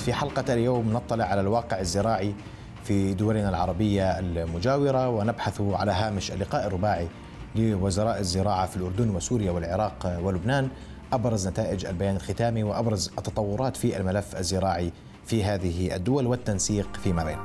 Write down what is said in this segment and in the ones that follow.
في حلقة اليوم نطلع على الواقع الزراعي في دولنا العربية المجاورة، ونبحث على هامش اللقاء الرباعي لوزراء الزراعة في الأردن وسوريا والعراق ولبنان أبرز نتائج البيان الختامي وأبرز التطورات في الملف الزراعي في هذه الدول والتنسيق فيما بين.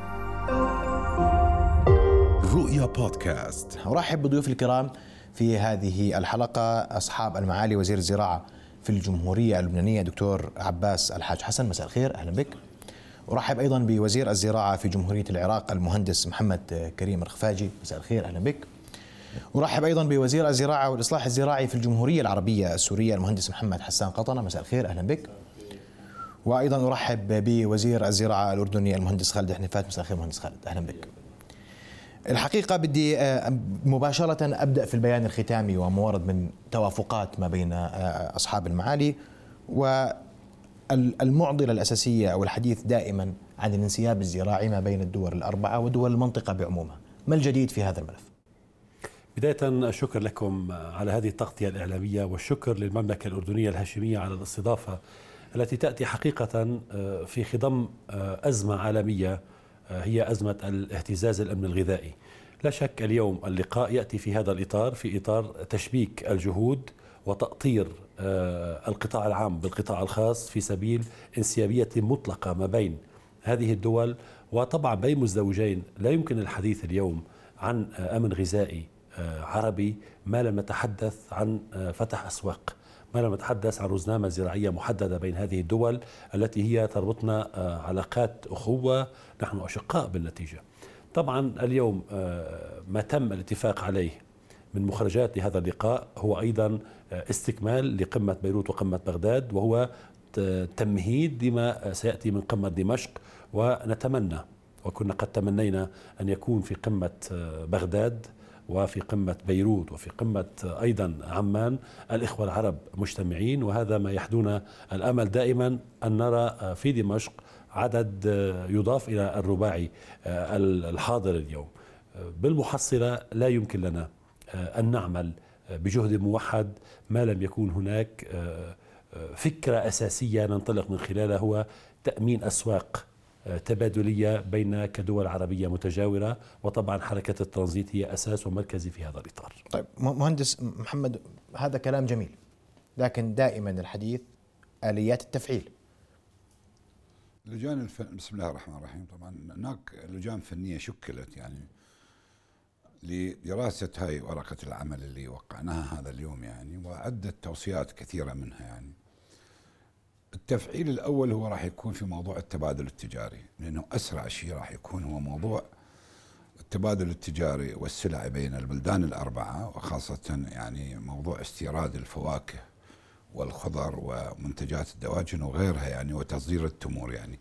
رؤيا بودكاست. أرحب بضيوف الكرام في هذه الحلقة أصحاب المعالي وزير الزراعة في الجمهورية اللبنانية دكتور عباس الحاج حسن، مساء الخير، أهلا بك. أرحب أيضا بوزير الزراعة في جمهورية العراق المهندس محمد كريم الرخفاجي، مساء الخير، أهلا بك. أرحب أيضا بوزير الزراعة والإصلاح الزراعي في الجمهورية العربية السورية المهندس محمد حسان قطنة، مساء الخير، أهلا بك. وأيضا أرحب بوزير الزراعة الأردني المهندس خالد حنيفات، مساء الخير مهندس خالد، أهلا بك. الحقيقة بدي مباشرة أبدأ في البيان الختامي ومورد من توافقات ما بين أصحاب المعالي، والمعضلة الأساسية أو الحديث دائما عن الانسياب الزراعي ما بين الدول الأربعة ودول المنطقة بعمومها. ما الجديد في هذا الملف؟ بداية الشكر لكم على هذه التغطية الإعلامية، والشكر للمملكة الأردنية الهاشمية على الاستضافة التي تأتي حقيقة في خضم أزمة عالمية هي أزمة الاهتزاز الأمن الغذائي. لا شك اليوم اللقاء يأتي في هذا الإطار، في إطار تشبيك الجهود وتأطير القطاع العام بالقطاع الخاص في سبيل انسيابية مطلقة ما بين هذه الدول، وطبعا بين مزدوجين. لا يمكن الحديث اليوم عن أمن غذائي عربي ما لم نتحدث عن فتح أسواق، ما لم نتحدث عن رزنامة زراعية محددة بين هذه الدول التي هي تربطنا علاقات أخوة، نحن أشقاء بالنتيجة. طبعا اليوم ما تم الاتفاق عليه من مخرجات لهذا اللقاء هو أيضا استكمال لقمة بيروت وقمة بغداد، وهو تمهيد لما سيأتي من قمة دمشق. ونتمنى وكنا قد تمنينا أن يكون في قمة بغداد وفي قمة بيروت وفي قمة أيضا عمان الإخوة العرب مجتمعين، وهذا ما يحدونا الأمل دائما أن نرى في دمشق عدد يضاف إلى الرباعي الحاضر اليوم. بالمحصلة لا يمكن لنا أن نعمل بجهد موحد ما لم يكون هناك فكرة أساسية ننطلق من خلالها، هو تأمين أسواق تبادلية بين كدول عربية متجاورة، وطبعا حركة الترانزيت هي أساس ومركزي في هذا الإطار. طيب مهندس محمد، هذا كلام جميل، لكن دائما الحديث آليات التفعيل. لجان بسم الله الرحمن الرحيم. طبعا هناك لجان فنية شكلت يعني لدراسة هاي ورقة العمل اللي وقعناها هذا اليوم يعني، وعدة توصيات كثيرة منها يعني. التفعيل الأول هو راح يكون في موضوع التبادل التجاري، لأنه أسرع شيء راح يكون هو موضوع التبادل التجاري والسلع بين البلدان الأربعة، وخاصة يعني موضوع استيراد الفواكه والخضر ومنتجات الدواجن وغيرها يعني، وتصدير التمور يعني.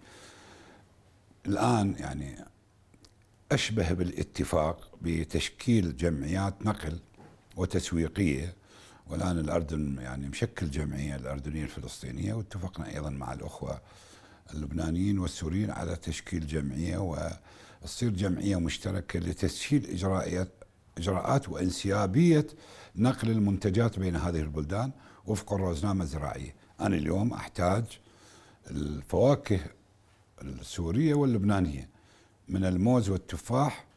الآن يعني أشبه بالاتفاق بتشكيل جمعيات نقل وتسويقية، والآن الأردن يعني مشكل جمعية الأردنية الفلسطينية، واتفقنا أيضا مع الأخوة اللبنانيين والسوريين على تشكيل جمعية وتصير جمعية مشتركة لتسهيل إجراءات وانسيابية نقل المنتجات بين هذه البلدان وفق الرزنامة الزراعية. أنا اليوم أحتاج الفواكه السورية واللبنانية من الموز والتفاح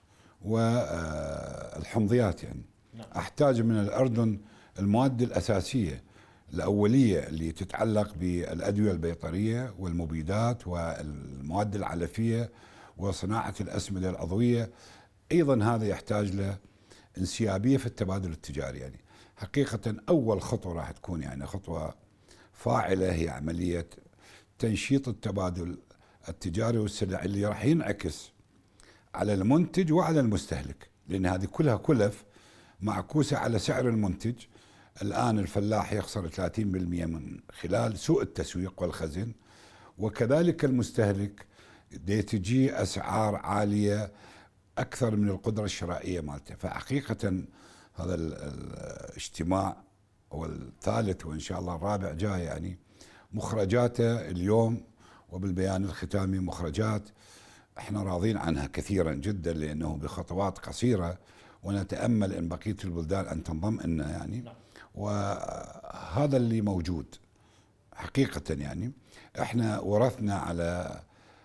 والحمضيات يعني. أحتاج من الأردن المواد الأساسية الأولية اللي تتعلق بالأدوية البيطرية والمبيدات والمواد العلفية وصناعة الأسمدة العضوية. أيضا هذا يحتاج له انسيابية في التبادل التجاري يعني. حقيقة أول خطوة راح تكون يعني خطوة فاعلة هي عملية تنشيط التبادل التجاري والسلع اللي راح ينعكس على المنتج وعلى المستهلك، لأن هذه كلها كلف معكوسة على سعر المنتج. الآن الفلاح يخسر 30% من خلال سوء التسويق والخزن، وكذلك المستهلك تجي أسعار عالية أكثر من القدرة الشرائية مالته. فحقيقة هذا الاجتماع هو الثالث وإن شاء الله الرابع جاي يعني، مخرجاته اليوم وبالبيان الختامي مخرجات احنا راضين عنها كثيرا جدا، لأنه بخطوات قصيرة، ونتأمل أن بقية البلدان أن تنضم لنا يعني. وهذا اللي موجود حقيقة يعني احنا ورثنا على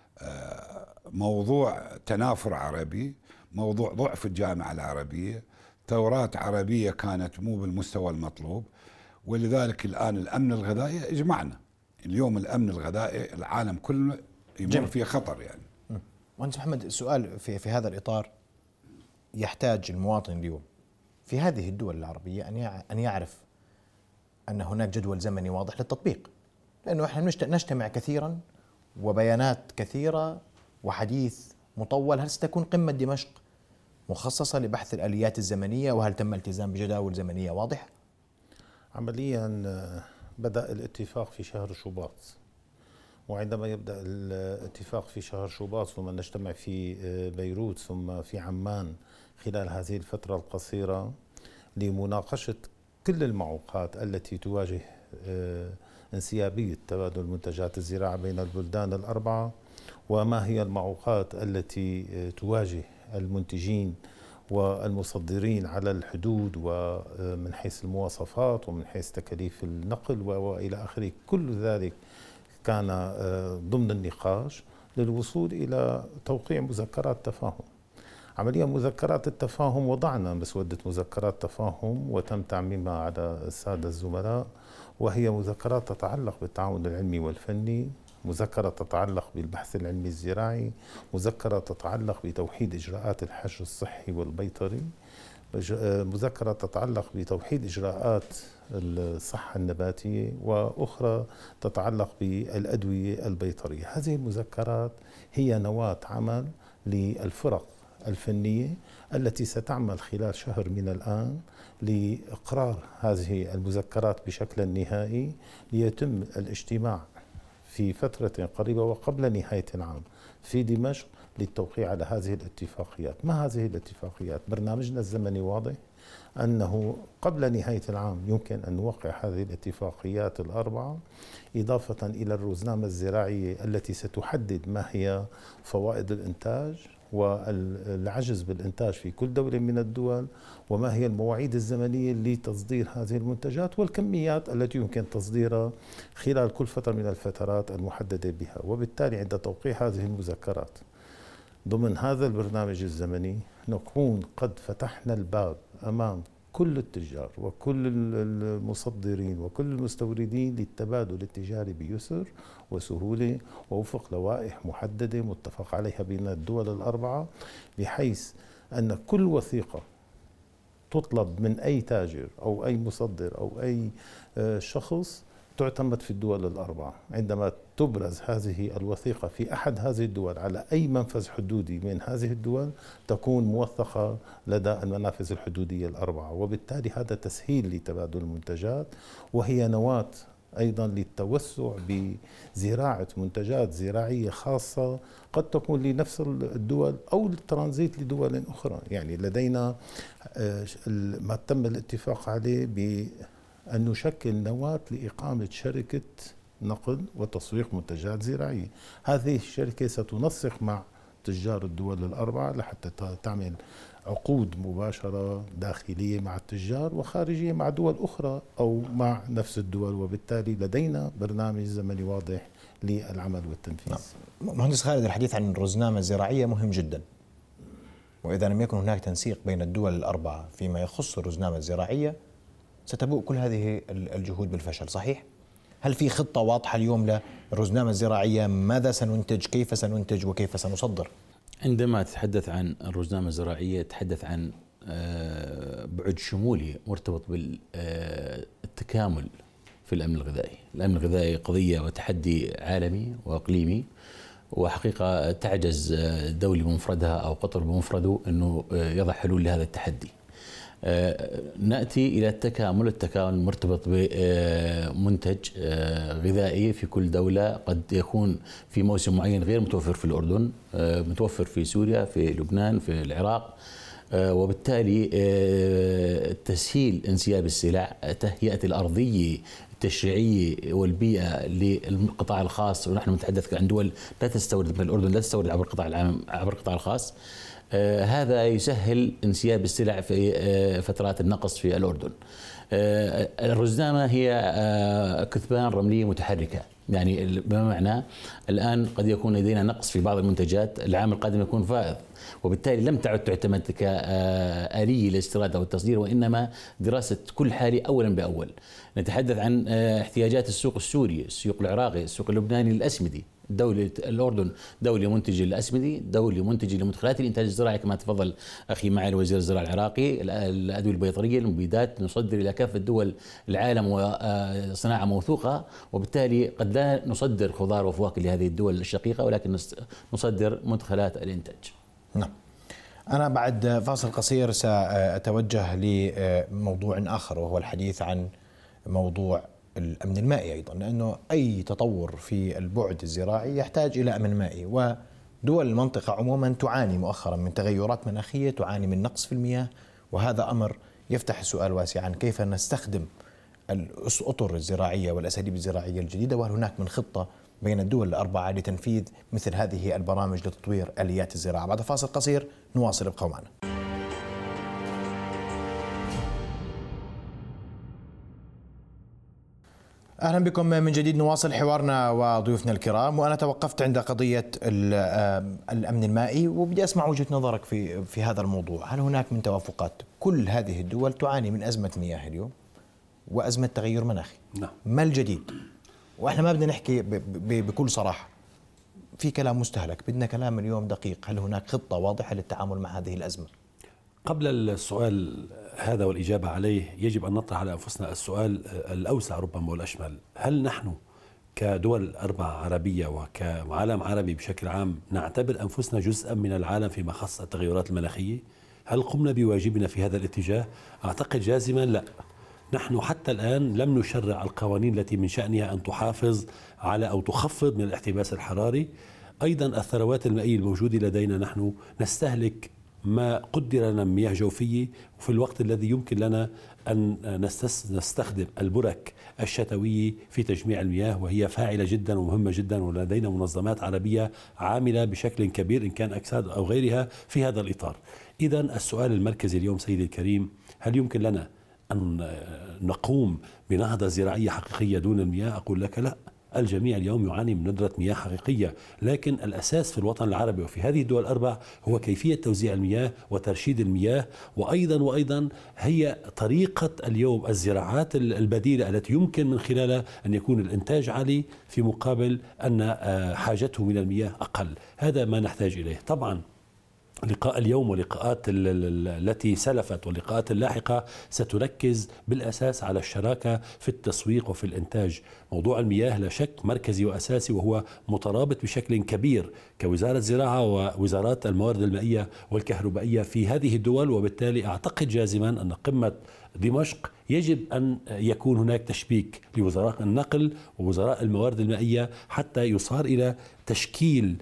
موضوع تنافر عربي، موضوع ضعف الجامعة العربية، ثورات عربية كانت مو بالمستوى المطلوب، ولذلك الآن الأمن الغذائي اجمعنا. اليوم الأمن الغذائي العالم كله يمر فيه خطر يعني. مهندس محمد، السؤال في هذا الإطار، يحتاج المواطن اليوم في هذه الدول العربية أن يعرف أن هناك جدول زمني واضح للتطبيق، لأنه احنا نجتمع كثيرا وبيانات كثيرة وحديث مطول. هل ستكون قمة دمشق مخصصة لبحث الآليات الزمنية، وهل تم الالتزام بجداول زمنية واضحة؟ عمليا بدأ الاتفاق في شهر شباط، وعندما يبدأ الاتفاق في شهر شباط ثم نجتمع في بيروت ثم في عمان خلال هذه الفترة القصيرة لمناقشة كل المعوقات التي تواجه انسيابية تبادل منتجات الزراعة بين البلدان الأربعة، وما هي المعوقات التي تواجه المنتجين والمصدرين على الحدود، ومن حيث المواصفات ومن حيث تكاليف النقل وإلى آخره. كل ذلك كان ضمن النقاش للوصول إلى توقيع مذكرات تفاهم. عمليا مذكرات التفاهم وضعنا مسودة مذكرات تفاهم وتم تعميمها على السادة الزملاء، وهي مذكرات تتعلق بالتعاون العلمي والفني، مذكرة تتعلق بالبحث العلمي الزراعي، مذكرة تتعلق بتوحيد إجراءات الحجر الصحي والبيطري، مذكرة تتعلق بتوحيد إجراءات الصحة النباتية، وأخرى تتعلق بالأدوية البيطرية. هذه المذكرات هي نواة عمل للفرق الفنية التي ستعمل خلال شهر من الآن لإقرار هذه المذكرات بشكل نهائي، ليتم الاجتماع في فترة قريبة وقبل نهاية العام في دمشق للتوقيع على هذه الاتفاقيات. ما هذه الاتفاقيات؟ برنامجنا الزمني واضح أنه قبل نهاية العام يمكن أن نوقع هذه الاتفاقيات الأربعة، إضافة إلى الروزنامة الزراعية التي ستحدد ما هي فوائد الإنتاج والعجز بالإنتاج في كل دولة من الدول، وما هي المواعيد الزمنية لتصدير هذه المنتجات، والكميات التي يمكن تصديرها خلال كل فترة من الفترات المحددة بها. وبالتالي عند توقيع هذه المذكرات ضمن هذا البرنامج الزمني نكون قد فتحنا الباب أمام كل التجار وكل المصدرين وكل المستوردين للتبادل التجاري بيسر وسهولة ووفق لوائح محددة متفق عليها بين الدول الأربعة، بحيث أن كل وثيقة تطلب من أي تاجر أو أي مصدر أو أي شخص تعتمد في الدول الأربعة. عندما تبرز هذه الوثيقة في أحد هذه الدول على أي منفذ حدودي من هذه الدول تكون موثقة لدى المنافذ الحدودية الأربعة، وبالتالي هذا تسهيل لتبادل المنتجات، وهي نواة أيضا للتوسع بزراعة منتجات زراعية خاصة قد تكون لنفس الدول أو الترانزيت لدول أخرى. يعني لدينا ما تم الاتفاق عليه أن نشكل نواة لإقامة شركة نقل وتسويق منتجات زراعية. هذه الشركة ستنسق مع تجار الدول الأربعة لحتى تعمل عقود مباشرة داخلية مع التجار وخارجية مع دول أخرى أو مع نفس الدول، وبالتالي لدينا برنامج زمني واضح للعمل والتنفيذ. مهندس خالد، الحديث عن الرزنامة الزراعية مهم جدا، وإذا لم يكن هناك تنسيق بين الدول الأربعة فيما يخص الرزنامة الزراعية ستبوء كل هذه الجهود بالفشل، صحيح؟ هل في خطة واضحة اليوم للرزنامة الزراعية؟ ماذا سننتج؟ كيف سننتج؟ وكيف سنصدر؟ عندما تتحدث عن الرزنامة الزراعية تتحدث عن بعد شمولي مرتبط بالتكامل في الأمن الغذائي. الأمن الغذائي قضية وتحدي عالمي وإقليمي، وحقيقة تعجز دولة بمفردها أو قطر بمفرده أنه يضع حلول لهذا التحدي. نأتي إلى التكامل مرتبط بمنتج غذائي في كل دولة قد يكون في موسم معين غير متوفر في الأردن، متوفر في سوريا، في لبنان، في العراق، وبالتالي تسهيل انسياب السلع، تهيئة الأرضية التشريعية والبيئة للقطاع الخاص، ونحن نتحدث عن دول لا تستورد من الأردن، لا تستورد عبر القطاع العام عبر القطاع الخاص، هذا يسهل انسياب السلع في فترات النقص في الأردن. الرزنامة هي كثبان رملية متحركة، يعني بما معناه الآن قد يكون لدينا نقص في بعض المنتجات، العام القادم يكون فائض، وبالتالي لم تعد تعتمد كآلية للاستيراد أو التصدير، وإنما دراسة كل حالة أولا بأول. نتحدث عن احتياجات السوق السوري، السوق العراقي، السوق اللبناني للأسمدة. دولة الأردن دولة منتجة للأسمدة، دولة منتجة لمدخلات الإنتاج الزراعي كما تفضل أخي معالي وزير الزراعة العراقي، الأدوية البيطرية، المبيدات، نصدر إلى كافة دول العالم وصناعة موثوقة، وبالتالي قد لا نصدر خضار وفواكه لهذه الدول الشقيقة، ولكن نصدر مدخلات الإنتاج. نعم. أنا بعد فاصل قصير سأتوجه لموضوع آخر، وهو الحديث عن موضوع الأمن المائي أيضا، لأنه أي تطور في البعد الزراعي يحتاج إلى أمن مائي، ودول المنطقة عموما تعاني مؤخرا من تغيرات مناخية، تعاني من نقص في المياه، وهذا أمر يفتح السؤال واسعا كيف نستخدم الأطر الزراعية والأساليب الزراعية الجديدة، وهل هناك من خطة بين الدول الأربعة لتنفيذ مثل هذه البرامج لتطوير آليات الزراعة. بعد فاصل قصير نواصل، ابقوا معنا. أهلا بكم من جديد، نواصل حوارنا وضيوفنا الكرام، وأنا توقفت عند قضية الأمن المائي، وبدي أسمع وجهة نظرك في هذا الموضوع. هل هناك من توافقات؟ كل هذه الدول تعاني من أزمة مياه اليوم وأزمة تغير مناخي. نعم. ما الجديد؟ وإحنا ما بدنا نحكي بكل صراحة، في كلام مستهلك، بدنا كلام اليوم دقيق. هل هناك خطة واضحة للتعامل مع هذه الأزمة؟ قبل السؤال هذا والإجابة عليه يجب أن نطرح على أنفسنا السؤال الأوسع ربما والأشمل. هل نحن كدول أربعة عربية وكعالم عربي بشكل عام نعتبر أنفسنا جزءا من العالم فيما خص التغيرات المناخية؟ هل قمنا بواجبنا في هذا الاتجاه؟ أعتقد جازما لا. نحن حتى الآن لم نشرع القوانين التي من شأنها أن تحافظ على أو تخفض من الاحتباس الحراري. أيضا الثروات المائية الموجودة لدينا نحن نستهلك ما قدر لنا من مياه جوفية، وفي الوقت الذي يمكن لنا أن نستخدم البرك الشتوية في تجميع المياه، وهي فاعلة جدا ومهمة جدا، ولدينا منظمات عربية عاملة بشكل كبير إن كان أكساد أو غيرها في هذا الإطار. إذا السؤال المركزي اليوم سيدي الكريم، هل يمكن لنا أن نقوم بنهضة زراعية حقيقية دون المياه؟ أقول لك لا. الجميع اليوم يعاني من ندرة مياه حقيقية، لكن الأساس في الوطن العربي وفي هذه الدول الأربع هو كيفية توزيع المياه وترشيد المياه، وأيضا هي طريقة اليوم الزراعات البديلة التي يمكن من خلالها أن يكون الإنتاج عالي في مقابل أن حاجته من المياه أقل. هذا ما نحتاج إليه. طبعا لقاء اليوم ولقاءات التي سلفت واللقاءات اللاحقة ستركز بالأساس على الشراكة في التسويق وفي الإنتاج. موضوع المياه لا شك مركزي وأساسي، وهو مترابط بشكل كبير كوزارة زراعة ووزارات الموارد المائية والكهربائية في هذه الدول، وبالتالي أعتقد جازما أن قمة دمشق يجب أن يكون هناك تشبيك لوزراء النقل ووزراء الموارد المائية حتى يصار إلى تشكيل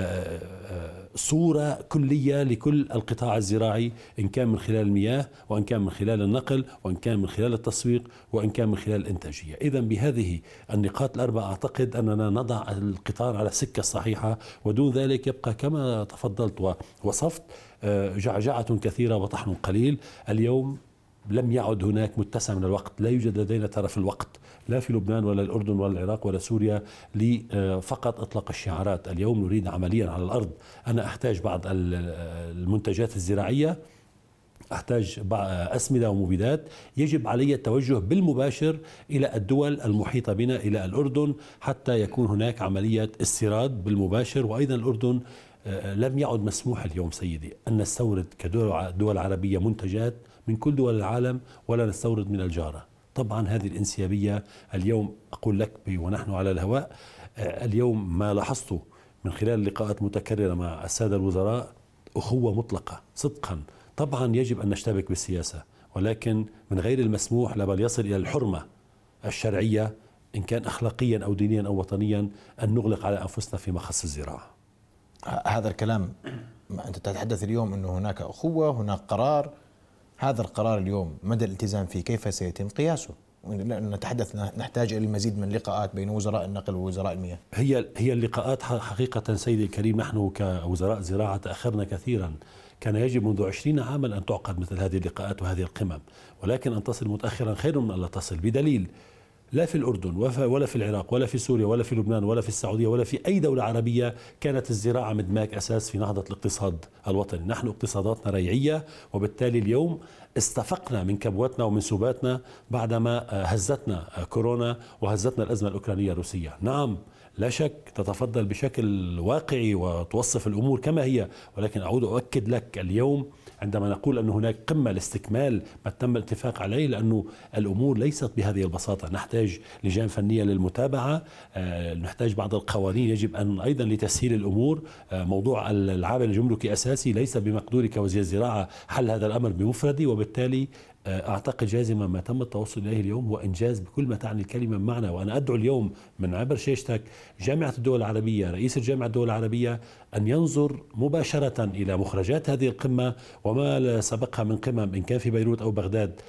صورة كلية لكل القطاع الزراعي، إن كان من خلال المياه، وإن كان من خلال النقل، وإن كان من خلال التسويق، وإن كان من خلال الإنتاجية. إذن بهذه النقاط الأربعة أعتقد أننا نضع القطار على السكة الصحيحة، ودون ذلك يبقى كما تفضلت ووصفت جعجعة كثيرة وطحن قليل. اليوم لم يعد هناك متسع من الوقت، لا يوجد لدينا ترف الوقت لا في لبنان ولا الأردن ولا العراق ولا سوريا لفقط إطلاق الشعارات. اليوم نريد عمليا على الأرض. أنا أحتاج بعض المنتجات الزراعية، أحتاج أسمدة ومبيدات، يجب علي التوجه بالمباشر إلى الدول المحيطة بنا، إلى الأردن، حتى يكون هناك عملية استيراد بالمباشر. وأيضا الأردن لم يعد مسموح اليوم سيدي أن نستورد كدول عربية منتجات من كل دول العالم ولا نستورد من الجارة. طبعا هذه الانسيابية اليوم أقول لك ونحن على الهواء، اليوم ما لاحظته من خلال لقاءات متكررة مع السادة الوزراء أخوة مطلقة صدقا. طبعا يجب أن نشتبك بالسياسة، ولكن من غير المسموح، لا بل يصل إلى الحرمة الشرعية إن كان أخلاقيا أو دينيا أو وطنيا أن نغلق على أنفسنا فيما خص الزراعة. هذا الكلام أنت تتحدث اليوم أنه هناك أخوة، هناك قرار. هذا القرار اليوم مدى الالتزام فيه كيف سيتم قياسه؟ نتحدث نحتاج إلى المزيد من لقاءات بين وزراء النقل ووزراء المياه. هي اللقاءات حقيقة سيدي الكريم، نحن كوزراء زراعة تأخرنا كثيرا. كان يجب منذ 20 عاما أن تعقد مثل هذه اللقاءات وهذه القمم، ولكن أن تصل متأخرا خير من أن لا تصل، بدليل لا في الأردن ولا في العراق ولا في سوريا ولا في لبنان ولا في السعودية ولا في أي دولة عربية كانت الزراعة مدماج أساس في نهضة الاقتصاد الوطني. نحن اقتصاداتنا ريعية، وبالتالي اليوم استفقنا من كبوتنا ومن سباتنا بعدما هزتنا كورونا وهزتنا الأزمة الأوكرانية الروسية. نعم لا شك تتفضل بشكل واقعي وتوصف الأمور كما هي، ولكن أعود أؤكد لك اليوم عندما نقول أن هناك قمة لاستكمال ما تم الاتفاق عليه، لأنه الأمور ليست بهذه البساطة. نحتاج لجان فنية للمتابعة، نحتاج بعض القوانين يجب أن أيضا لتسهيل الأمور. موضوع العامل الجمركي أساسي، ليس بمقدوري كوزير الزراعة حل هذا الأمر بمفردي، وبالتالي أعتقد جازما ما تم التوصل إليه اليوم هو إنجاز بكل ما تعني الكلمة معنا. وأنا أدعو اليوم من عبر شاشتك جامعة الدول العربية، رئيس جامعة الدول العربية، أن ينظر مباشرة إلى مخرجات هذه القمة وما سبقها من قمم إن كان في بيروت أو بغداد،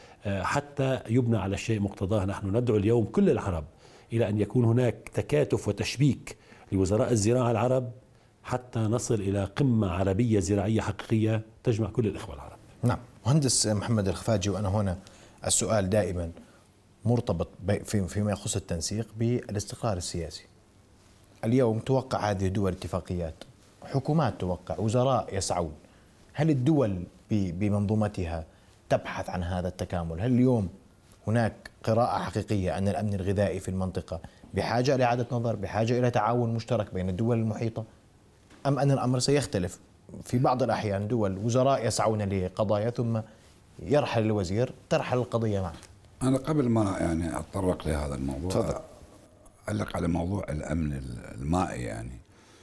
حتى يبنى على الشيء مقتضاه. نحن ندعو اليوم كل العرب إلى أن يكون هناك تكاتف وتشبيك لوزراء الزراعة العرب حتى نصل إلى قمة عربية زراعية حقيقية تجمع كل الإخوة العرب. نعم. مهندس محمد الخفاجي، وأنا هنا السؤال دائما مرتبط فيما يخص التنسيق بالاستقرار السياسي. اليوم توقع هذه الدول اتفاقيات، حكومات توقع، وزراء يسعون. هل الدول بمنظومتها تبحث عن هذا التكامل؟ هل اليوم هناك قراءة حقيقية أن الأمن الغذائي في المنطقة بحاجة لإعادة نظر، بحاجة إلى تعاون مشترك بين الدول المحيطة، أم أن الأمر سيختلف؟ في بعض الأحيان دول وزراء يسعون لقضايا ثم يرحل الوزير ترحل القضية معه. أنا قبل ما أتطرق لهذا الموضوع أعلق على موضوع الأمن المائي.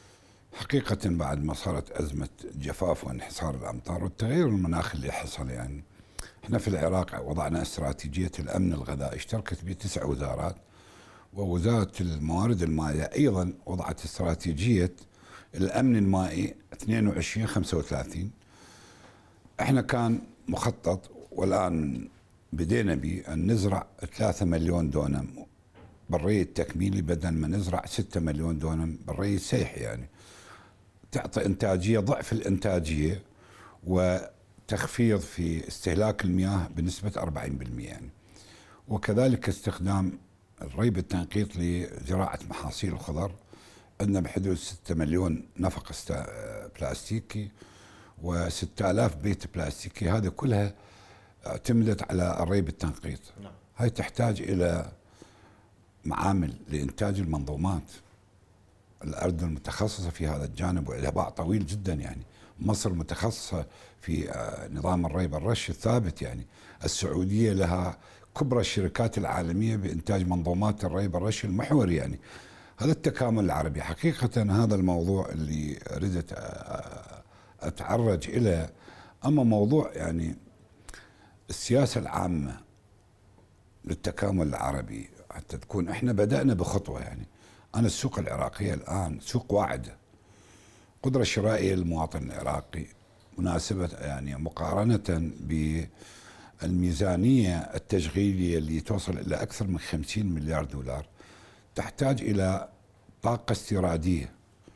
حقيقة بعد ما صارت أزمة جفاف وانحسار الأمطار والتغير المناخي اللي حصل، احنا في العراق وضعنا استراتيجية الأمن الغذائي اشتركت به 9 وزارات، ووزارة الموارد المائية أيضا وضعت استراتيجية الأمن المائي 22-35. احنا كان مخطط، والآن بدينا بأن نزرع 3 مليون دونم بالري التكميلي بدل ما نزرع 6 مليون دونم بالري السيحي، تعطي إنتاجية ضعف الإنتاجية وتخفيض في استهلاك المياه بنسبة 40%. وكذلك استخدام الري بالتنقيط لزراعة محاصيل الخضر، عندنا بحدود 6 مليون نفق بلاستيكي و6000 بيت بلاستيكي. هذه كلها اعتمدت على الري بالتنقيط. هاي تحتاج إلى معامل لإنتاج المنظومات. الأردن متخصصة في هذا الجانب وإلى باع طويل جدا. مصر متخصصة في نظام الري بالرش الثابت. السعودية لها كبرى الشركات العالمية بإنتاج منظومات الري بالرش المحوري. هذا التكامل العربي حقيقة هذا الموضوع اللي أريد أتعرج إلى. أما موضوع السياسة العامة للتكامل العربي حتى تكون، احنا بدأنا بخطوة. أنا السوق العراقية الآن سوق واعدة، قدرة شرائية للمواطن العراقي مناسبة مقارنة بالميزانية التشغيلية اللي توصل إلى أكثر من 50 مليار دولار، تحتاج إلى طاقة استيرادية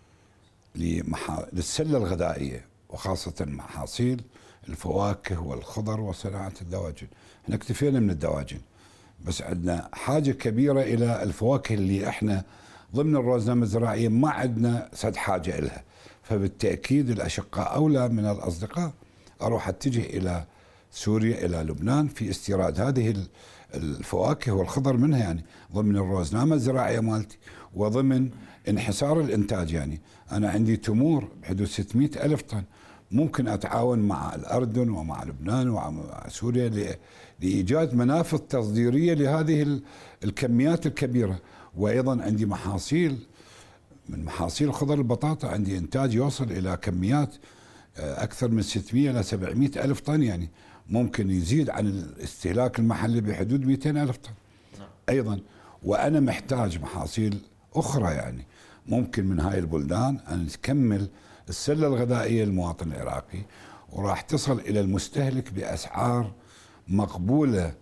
للسلة الغذائية، وخاصة محاصيل الفواكه والخضر وصناعة الدواجن. احنا اكتفينا من الدواجن، بس عندنا حاجة كبيرة إلى الفواكه اللي احنا ضمن الروزنامة الزراعية ما عندنا سد حاجة إلها. فبالتأكيد الأشقاء أولى من الأصدقاء أروح أتجه إلى سوريا إلى لبنان في استيراد هذه الفواكه والخضر منها، ضمن الروزنامة الزراعية مالتي وضمن انحسار الإنتاج. أنا عندي تمور بحدود 600 ألف طن، ممكن أتعاون مع الأردن ومع لبنان ومع سوريا لإيجاد منافذ تصديرية لهذه الكميات الكبيرة. وأيضا عندي محاصيل، من محاصيل خضر البطاطا عندي إنتاج يوصل إلى كميات أكثر من 600 إلى 700 ألف طن، ممكن يزيد عن الاستهلاك المحلي بحدود 200 ألف طن أيضا. وأنا محتاج محاصيل أخرى، ممكن من هاي البلدان أن تكمل السلة الغذائية للمواطن العراقي، وراح تصل إلى المستهلك بأسعار مقبولة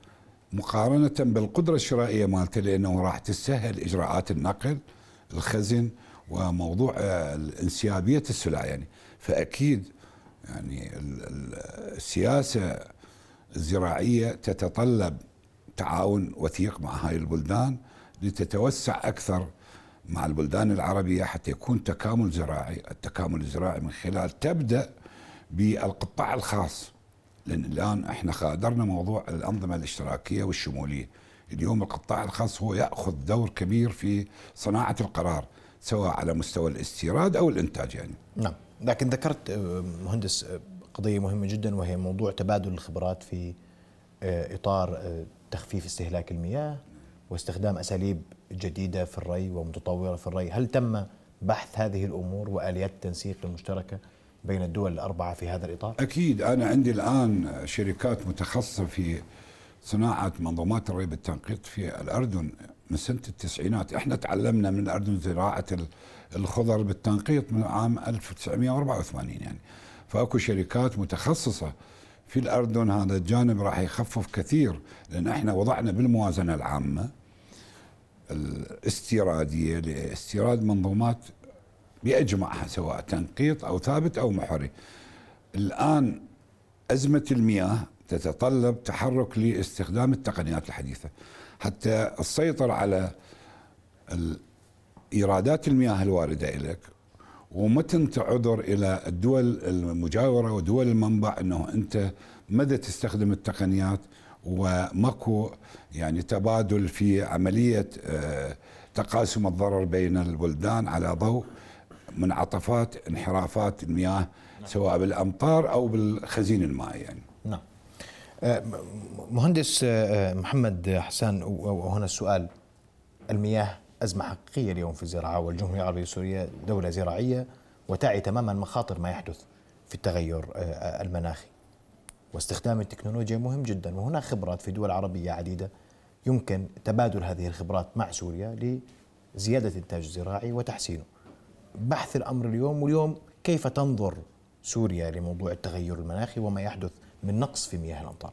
مقارنة بالقدرة الشرائية مالته، لأنه راح تسهل إجراءات النقل، الخزن، وموضوع انسيابية السلع يعني. فأكيد يعني السياسة الزراعية تتطلب تعاون وثيق مع هاي البلدان لتتوسع أكثر مع البلدان العربية حتى يكون تكامل زراعي. التكامل الزراعي من خلال تبدأ بالقطاع الخاص، لأن الآن احنا خادرنا موضوع الأنظمة الاشتراكية والشمولية. اليوم القطاع الخاص هو يأخذ دور كبير في صناعة القرار، سواء على مستوى الاستيراد أو الإنتاج يعني. نعم، لكن ذكرت مهندس قضية مهمة جدا، وهي موضوع تبادل الخبرات في إطار تخفيف استهلاك المياه واستخدام أساليب جديدة في الري ومتطورة في الري. هل تم بحث هذه الأمور وآليات التنسيق المشتركة بين الدول الأربعة في هذا الإطار؟ أكيد. أنا عندي الآن شركات متخصصة في صناعة منظومات الري بالتنقيط في الأردن من سنة التسعينات. احنا تعلمنا من الأردن زراعة الخضر بالتنقيط من عام 1984 يعني. فأكو شركات متخصصة في الأردن. هذا الجانب راح يخفف كثير، لأن احنا وضعنا بالموازنة العامة الاستيرادية لاستيراد منظومات بأجمعها، سواء تنقيط أو ثابت أو محري. الآن أزمة المياه تتطلب تحرك لاستخدام التقنيات الحديثة حتى السيطرة على إيرادات المياه الواردة إليك، ومتى تعذر إلى الدول المجاورة ودول المنبع أنه أنت مدى تستخدم التقنيات، وماكو يعني تبادل في عملية تقاسم الضرر بين البلدان على ضوء منعطفات انحرافات المياه سواء بالأمطار أو بالخزين المائي يعني. نعم. مهندس محمد حسان، وهنا السؤال: المياه أزمة حقيقية اليوم في الزراعة، والجمهورية العربية السورية دولة زراعية وتعي تماما مخاطر ما يحدث في التغير المناخي، واستخدام التكنولوجيا مهم جدا، وهناك خبرات في دول عربية عديدة يمكن تبادل هذه الخبرات مع سوريا لزيادة الإنتاج الزراعي وتحسينه. بحث الأمر اليوم، واليوم كيف تنظر سوريا لموضوع التغير المناخي وما يحدث من نقص في مياه الأمطار؟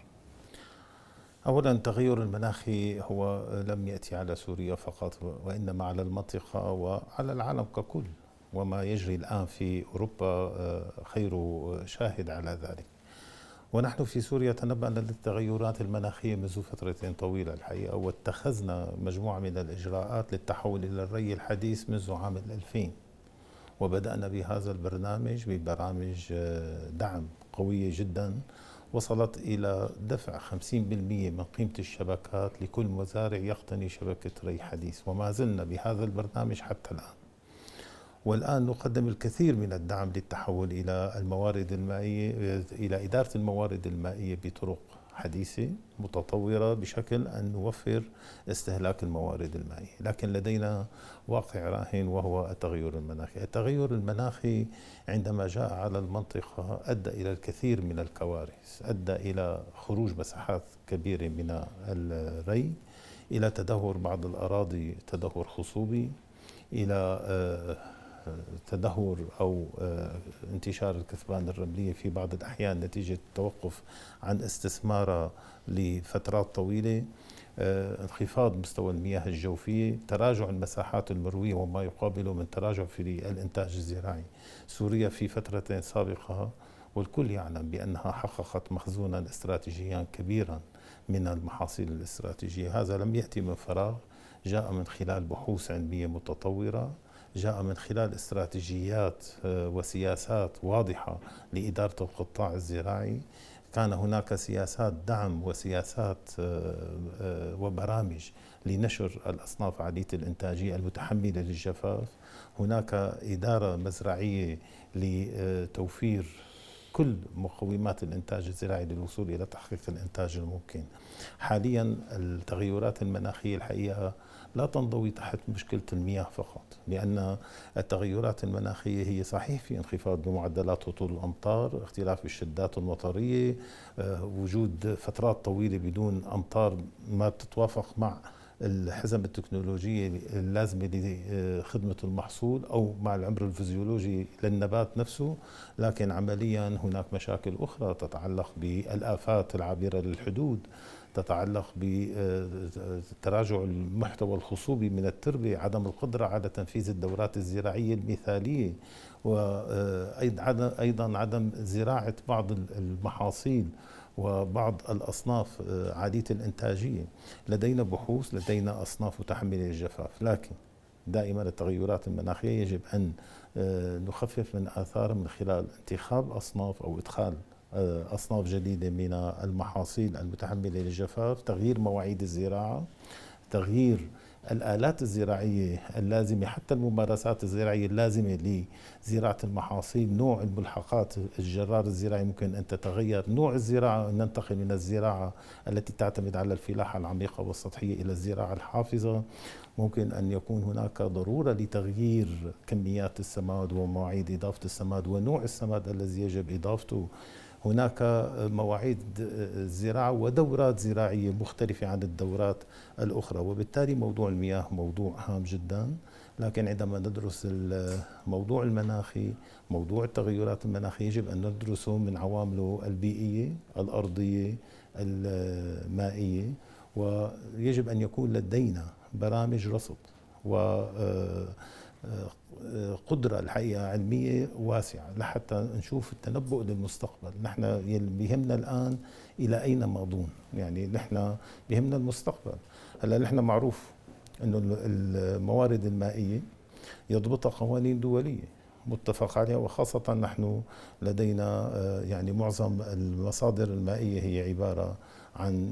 أولا، التغير المناخي هو لم يأتي على سوريا فقط، وإنما على المنطقة وعلى العالم ككل، وما يجري الآن في أوروبا خير شاهد على ذلك. ونحن في سوريا تنبأنا للتغيرات المناخية منذ فترة طويلة الحقيقة، واتخذنا مجموعة من الإجراءات للتحول إلى الري الحديث منذ عام 2000، وبدأنا بهذا البرنامج ببرامج دعم قوية جدا وصلت إلى دفع 50% من قيمة الشبكات لكل مزارع يقتني شبكة ري حديث، وما زلنا بهذا البرنامج حتى الآن. والآن نقدم الكثير من الدعم للتحول إلى الموارد المائية، إلى إدارة الموارد المائية بطرق حديثة متطورة بشكل أن نوفر استهلاك الموارد المائية. لكن لدينا واقع راهن وهو التغير المناخي. التغير المناخي عندما جاء على المنطقة أدى إلى الكثير من الكوارث، أدى إلى خروج مساحات كبيرة من الري، إلى تدهور بعض الأراضي تدهور خصوبي، إلى تدهور أو انتشار الكثبان الرملية في بعض الأحيان نتيجة التوقف عن استثمارها لفترات طويلة، انخفاض مستوى المياه الجوفية، تراجع المساحات المروية وما يقابله من تراجع في الإنتاج الزراعي. سوريا في فترة سابقة والكل يعلم بأنها حققت مخزونا استراتيجيا كبيرا من المحاصيل الاستراتيجية. هذا لم يأتي من فراغ، جاء من خلال بحوث علمية متطورة، جاء من خلال استراتيجيات وسياسات واضحة لإدارة القطاع الزراعي. كان هناك سياسات دعم وسياسات وبرامج لنشر الأصناف عالية الإنتاجية المتحملة للجفاف. هناك إدارة مزرعية لتوفير كل مقومات الإنتاج الزراعي للوصول إلى تحقيق الإنتاج الممكن. حاليا التغيرات المناخية الحقيقة لا تنضوي تحت مشكلة المياه فقط، لأن التغيرات المناخية هي صحيح في انخفاض بمعدلات هطول الأمطار، اختلاف الشدات المطرية، وجود فترات طويلة بدون أمطار ما تتوافق مع الحزم التكنولوجية اللازمة لخدمة المحصول أو مع العمر الفيزيولوجي للنبات نفسه. لكن عمليا هناك مشاكل أخرى تتعلق بالآفات العابرة للحدود، تتعلق بتراجع المحتوى الخصوبي من التربة، عدم القدرة على تنفيذ الدورات الزراعية المثالية، وأيضا عدم زراعة بعض المحاصيل وبعض الأصناف عالية الإنتاجية. لدينا بحوث، لدينا أصناف متحملة للجفاف، لكن دائما التغيرات المناخية يجب أن نخفف من آثارها من خلال انتخاب أصناف أو إدخال أصناف جديدة من المحاصيل المتحملة للجفاف، تغيير مواعيد الزراعة، تغيير الآلات الزراعية اللازمة، حتى الممارسات الزراعية اللازمة لزراعة المحاصيل، نوع الملحقات الجرار الزراعي ممكن أن تتغير، نوع الزراعة، أن ننتقل من الزراعة التي تعتمد على الفلاحة العميقة والسطحية إلى الزراعة الحافظة. ممكن أن يكون هناك ضرورة لتغيير كميات السماد ومواعيد إضافة السماد ونوع السماد الذي يجب إضافته. هناك مواعيد الزراعة ودورات زراعية مختلفة عن الدورات الأخرى، وبالتالي موضوع المياه موضوع هام جدا. لكن عندما ندرس الموضوع المناخي، موضوع التغيرات المناخية، يجب أن ندرسه من عوامله البيئية، الأرضية، المائية، ويجب أن يكون لدينا برامج رصد وقدرة الحقيقة علمية واسعة لحتى نشوف التنبؤ للمستقبل. نحن بيهمنا الآن إلى أين ماضون، يعني نحن بيهمنا المستقبل. هلا نحن معروف أنه الموارد المائية يضبطها قوانين دولية متفق عليها، وخاصة نحن لدينا يعني معظم المصادر المائية هي عبارة عن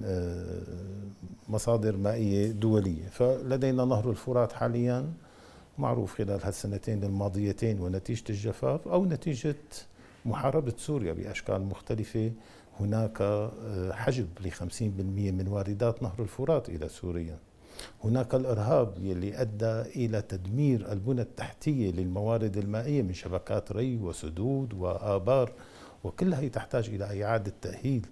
مصادر مائية دولية. فلدينا نهر الفرات حاليا معروف خلال هالسنتين الماضيتين ونتيجة الجفاف أو نتيجة محاربة سوريا بأشكال مختلفة، هناك حجب ل50% من واردات نهر الفرات إلى سوريا. هناك الإرهاب يلي أدى إلى تدمير البنى التحتية للموارد المائية من شبكات ري وسدود وآبار، وكلها تحتاج إلى إعادة تأهيل.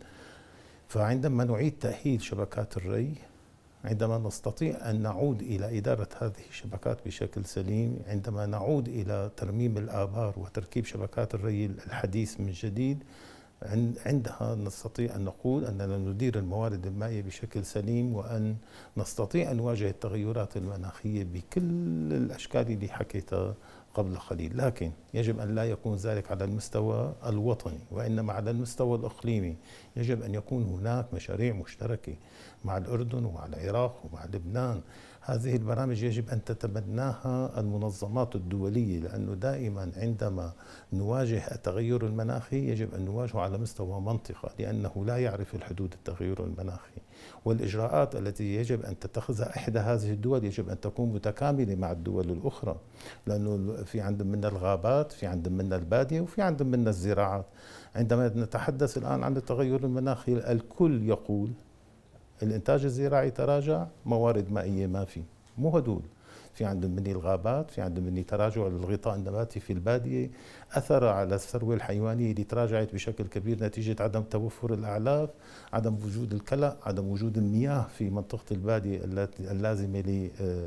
فعندما نعيد تأهيل شبكات الري، عندما نستطيع أن نعود إلى إدارة هذه الشبكات بشكل سليم، عندما نعود إلى ترميم الآبار وتركيب شبكات الري الحديث من جديد، عندها نستطيع أن نقول أننا ندير الموارد المائية بشكل سليم، وأن نستطيع أن نواجه التغيرات المناخية بكل الأشكال اللي حكيتها قبل قليل. لكن يجب أن لا يكون ذلك على المستوى الوطني، وإنما على المستوى الإقليمي. يجب أن يكون هناك مشاريع مشتركة مع الأردن ومع العراق ومع لبنان. هذه البرامج يجب أن تتبناها المنظمات الدولية، لأنه دائما عندما نواجه التغير المناخي يجب أن نواجهه على مستوى منطقة، لأنه لا يعرف الحدود التغير المناخي، والإجراءات التي يجب أن تتخذها إحدى هذه الدول يجب أن تكون متكاملة مع الدول الأخرى، لأنه في عندنا من الغابات، في عندنا من البادية، وفي عندنا من الزراعات. عندما نتحدث الآن عن التغير المناخي الكل يقول الإنتاج الزراعي تراجع، موارد مائية ما في، مو هدول. في عندنا من الغابات، في عندنا من تراجع الغطاء النباتي في البادية، أثر على الثروة الحيوانية اللي تراجعت بشكل كبير نتيجة عدم توفر الأعلاف، عدم وجود الكلأ، عدم وجود المياه في منطقة البادية اللازمة